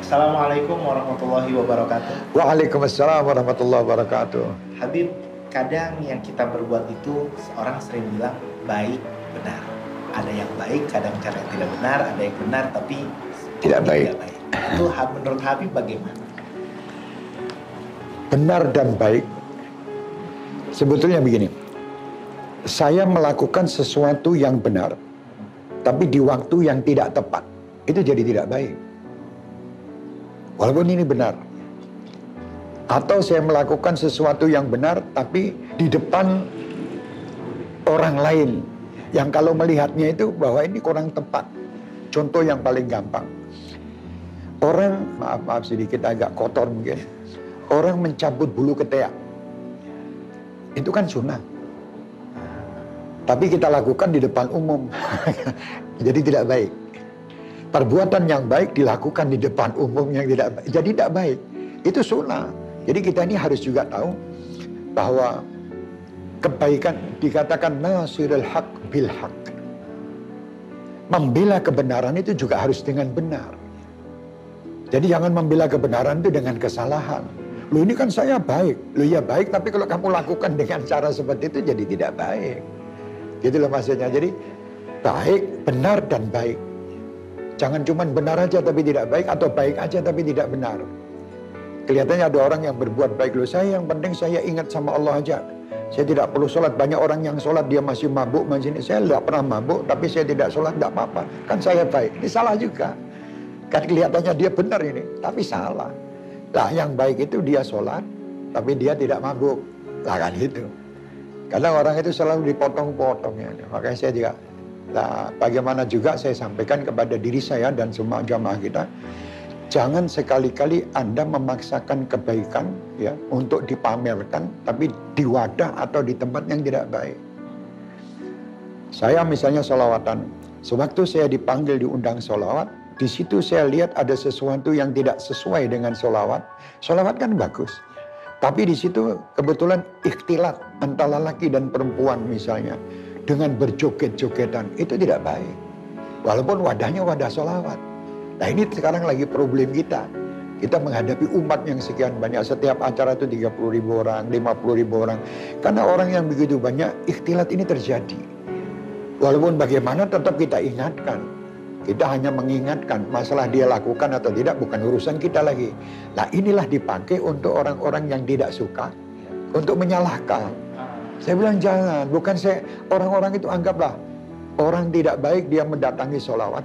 Assalamualaikum warahmatullahi wabarakatuh. Waalaikumsalam warahmatullahi wabarakatuh. Habib, kadang yang kita berbuat itu orang sering bilang baik, benar. Ada yang baik, kadang cara yang tidak benar. Ada yang benar tapi Tidak baik. Itu menurut Habib bagaimana? Benar dan baik sebetulnya begini. Saya melakukan sesuatu yang benar tapi di waktu yang tidak tepat, itu jadi tidak baik. Walaupun ini benar. Atau saya melakukan sesuatu yang benar tapi di depan orang lain yang kalau melihatnya itu bahwa ini kurang tepat. Contoh yang paling gampang. Orang, maaf sedikit agak kotor mungkin. Orang mencabut bulu ketiak. Itu kan sunnah. Tapi kita lakukan di depan umum. Jadi tidak baik. Perbuatan yang baik dilakukan di depan umum yang tidak baik. Jadi tidak baik. Itu sunnah. Jadi kita ini harus juga tahu bahwa kebaikan dikatakan nasirul haq bil haq. Membela kebenaran itu juga harus dengan benar. Jadi jangan membela kebenaran itu dengan kesalahan. Loh ini kan saya baik. Loh ya baik, tapi kalau kamu lakukan dengan cara seperti itu jadi tidak baik. Gitu loh maksudnya. Jadi baik, benar dan baik. Jangan cuma benar aja tapi tidak baik, atau baik aja tapi tidak benar. Kelihatannya ada orang yang berbuat baik. Loh saya yang penting saya ingat sama Allah aja. Saya tidak perlu sholat. Banyak orang yang sholat dia masih mabuk. Saya tidak pernah mabuk tapi saya tidak sholat, tidak apa-apa. Kan saya baik. Ini salah juga. Kan kelihatannya dia benar ini, tapi salah. Lah yang baik itu dia sholat tapi dia tidak mabuk. Lah kan itu. Kadang orang itu selalu dipotong-potong ya. Makanya saya juga, nah, bagaimana juga saya sampaikan kepada diri saya dan semua jamaah kita, jangan sekali-kali Anda memaksakan kebaikan ya untuk dipamerkan, tapi di wadah atau di tempat yang tidak baik. Saya misalnya sholawatan, sewaktu saya dipanggil diundang sholawat, di situ saya lihat ada sesuatu yang tidak sesuai dengan sholawat. Sholawat kan bagus. Tapi di situ kebetulan ikhtilat antara laki dan perempuan misalnya. Dengan berjoget-jogetan, itu tidak baik. Walaupun wadahnya wadah sholawat. Nah ini sekarang lagi problem kita. Kita menghadapi umat yang sekian banyak. Setiap acara itu 30.000 orang, 50.000 orang. Karena orang yang begitu banyak, ikhtilat ini terjadi. Walaupun bagaimana tetap kita ingatkan. Kita hanya mengingatkan masalah dia lakukan atau tidak bukan urusan kita lagi. Nah inilah dipakai untuk orang-orang yang tidak suka untuk menyalahkan. Saya bilang jangan, bukan saya, orang-orang itu anggaplah orang tidak baik dia mendatangi sholawat.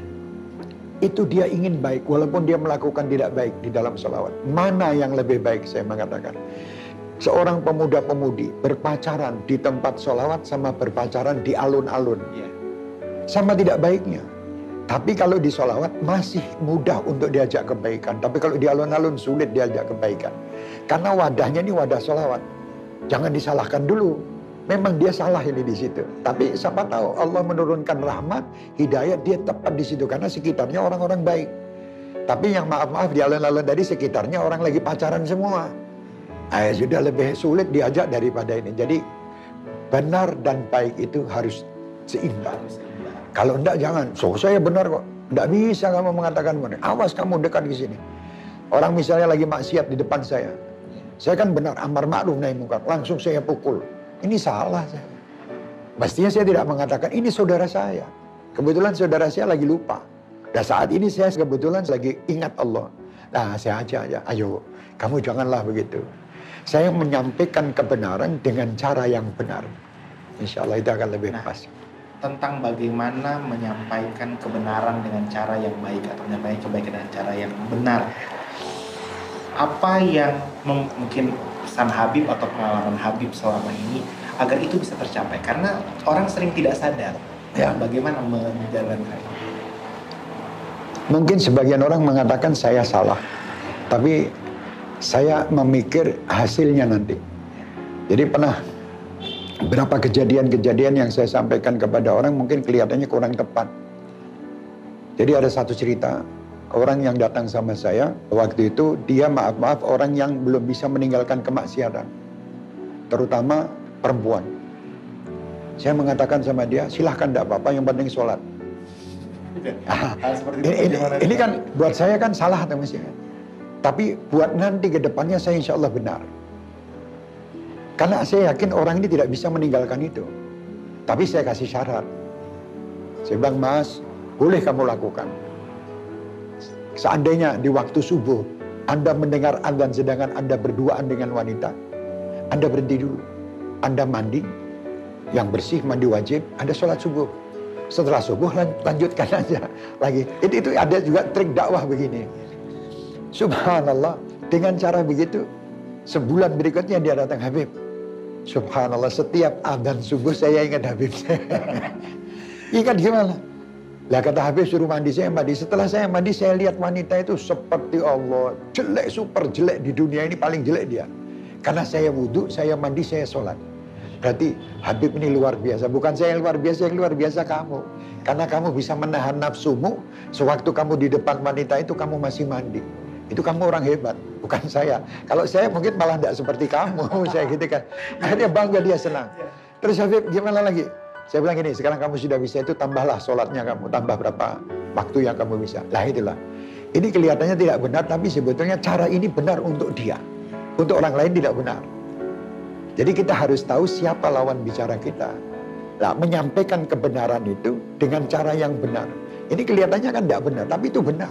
Itu dia ingin baik walaupun dia melakukan tidak baik di dalam sholawat. Mana yang lebih baik saya mengatakan. Seorang pemuda-pemudi berpacaran di tempat sholawat sama berpacaran di alun-alun. Sama tidak baiknya. Tapi kalau di sholawat masih mudah untuk diajak kebaikan. Tapi kalau di alun-alun sulit diajak kebaikan. Karena wadahnya ini wadah sholawat. Jangan disalahkan dulu. Memang dia salah ini di situ. Tapi siapa tahu Allah menurunkan rahmat, hidayah dia tepat di situ. Karena sekitarnya orang-orang baik. Tapi yang maaf-maaf di alun-alun tadi sekitarnya orang lagi pacaran semua. Sudah lebih sulit diajak daripada ini. Jadi benar dan baik itu harus seimbang. Kalau enggak jangan. Saya benar kok. Enggak bisa kamu mengatakan benar. Awas kamu dekat di sini. Orang misalnya lagi maksiat di depan saya. Saya kan benar amar ma'ruf nahi munkar. Langsung saya pukul. Ini salah saya. Pastinya saya tidak mengatakan ini saudara saya. Kebetulan saudara saya lagi lupa. Dan saat ini saya kebetulan lagi ingat Allah. Nah saya aja. Ayo kamu janganlah begitu. Saya menyampaikan kebenaran dengan cara yang benar. Insya Allah itu akan lebih pas. Tentang bagaimana menyampaikan kebenaran dengan cara yang baik atau menyampaikan kebaikan dengan cara yang benar. Apa yang mungkin pesan Habib atau pengalaman Habib selama ini agar itu bisa tercapai? Karena orang sering tidak sadar bagaimana menjalankan. Mungkin sebagian orang mengatakan saya salah, tapi saya memikir hasilnya nanti. Jadi pernah berapa kejadian-kejadian yang saya sampaikan kepada orang mungkin kelihatannya kurang tepat. Jadi ada satu cerita, orang yang datang sama saya, waktu itu dia maaf-maaf orang yang belum bisa meninggalkan kemaksiatan. Terutama perempuan. Saya mengatakan sama dia, silahkan tidak apa-apa, yang penting sholat. Hal seperti itu Ini, gimana? ini kan buat saya kan salah atau masih kan? Tapi buat nanti ke depannya saya insya Allah benar. Karena saya yakin orang ini tidak bisa meninggalkan itu. Tapi saya kasih syarat. Saya bilang, Mas, boleh kamu lakukan. Seandainya di waktu subuh, Anda mendengar azan sedangkan Anda berduaan dengan wanita, Anda berhenti dulu. Anda mandi, yang bersih, mandi wajib, Anda sholat subuh. Setelah subuh lanjutkan aja lagi. Itu ada juga trik dakwah begini. Subhanallah, dengan cara begitu, sebulan berikutnya dia datang, Habib. Subhanallah, setiap azan subuh saya ingat Habib. Ingat gimana? Lah kata Habib suruh mandi, saya mandi. Setelah saya mandi, saya lihat wanita itu seperti Allah. Jelek, super jelek di dunia ini, paling jelek dia. Karena saya wudhu, saya mandi, saya sholat. Berarti Habib ini luar biasa. Bukan saya yang luar biasa, yang luar biasa kamu. Karena kamu bisa menahan nafsumu. Sewaktu kamu di depan wanita itu, kamu masih mandi. Itu kamu orang hebat, bukan saya. Kalau saya mungkin malah tidak seperti kamu, saya gitu kan. Akhirnya bangga, dia senang. Terus Habib gimana lagi? Saya bilang gini, sekarang kamu sudah bisa itu, tambahlah sholatnya kamu. Tambah berapa waktu yang kamu bisa. Lah itulah. Ini kelihatannya tidak benar, tapi sebetulnya cara ini benar untuk dia. Untuk orang lain tidak benar. Jadi kita harus tahu siapa lawan bicara kita. Nah, menyampaikan kebenaran itu dengan cara yang benar. Ini kelihatannya kan tidak benar, tapi itu benar.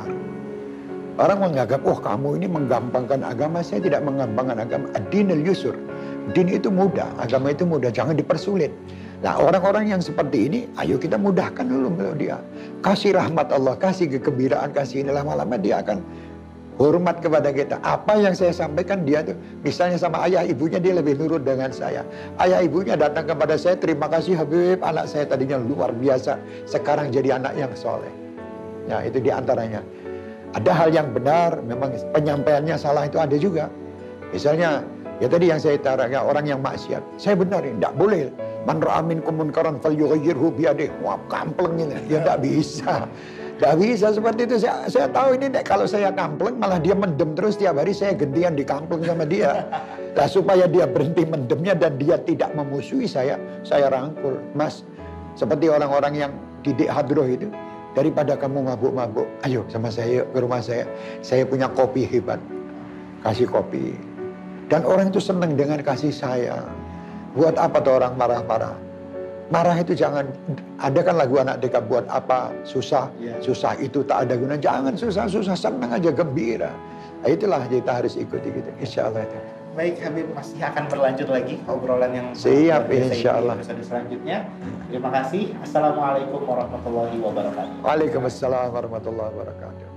Orang menganggap, oh kamu ini menggampangkan agama. Saya tidak menggampangkan agama. Ad-dinul yusur. Din itu mudah, agama itu mudah, jangan dipersulit. Nah, orang-orang yang seperti ini, ayo kita mudahkan dulu dia. Kasih rahmat Allah, kasih kegembiraan, kasih ini, lama-lama dia akan hormat kepada kita. Apa yang saya sampaikan dia tuh, misalnya sama ayah ibunya dia lebih nurut dengan saya. Ayah ibunya datang kepada saya, terima kasih Habib, anak saya tadinya luar biasa, sekarang jadi anak yang soleh. Nah, itu diantaranya. Ada hal yang benar, memang penyampaiannya salah itu ada juga. Misalnya, ya tadi yang saya tarangkan orang yang maksiat. Saya benar ini, tidak boleh. Man ra'a minkum munkaran falyughayyirhu biyadihi. Wah, kampleng ini. Ya tidak bisa. Tidak bisa seperti itu. Saya tahu ini kalau saya kampleng, malah dia mendem terus tiap hari. Saya gantian dikampleng sama dia. Nah, supaya dia berhenti mendemnya dan dia tidak memusuhi saya rangkul. Mas, seperti orang-orang yang didik hadroh itu. Daripada kamu mabuk-mabuk, ayo sama saya ke rumah saya punya kopi hebat, kasih kopi. Dan orang itu senang dengan kasih sayang. Buat apa tuh orang marah-marah? Marah itu jangan, ada kan lagu anak deka, buat apa susah, susah itu tak ada guna. Jangan susah-susah, senang aja, gembira. Nah, itulah kita harus ikuti gitu, insya Allah itu. Baik Habib, masih akan berlanjut lagi obrolan yang siap insya Allah. Episode selanjutnya. Terima kasih. Assalamualaikum warahmatullahi wabarakatuh. Waalaikumsalam warahmatullahi wabarakatuh.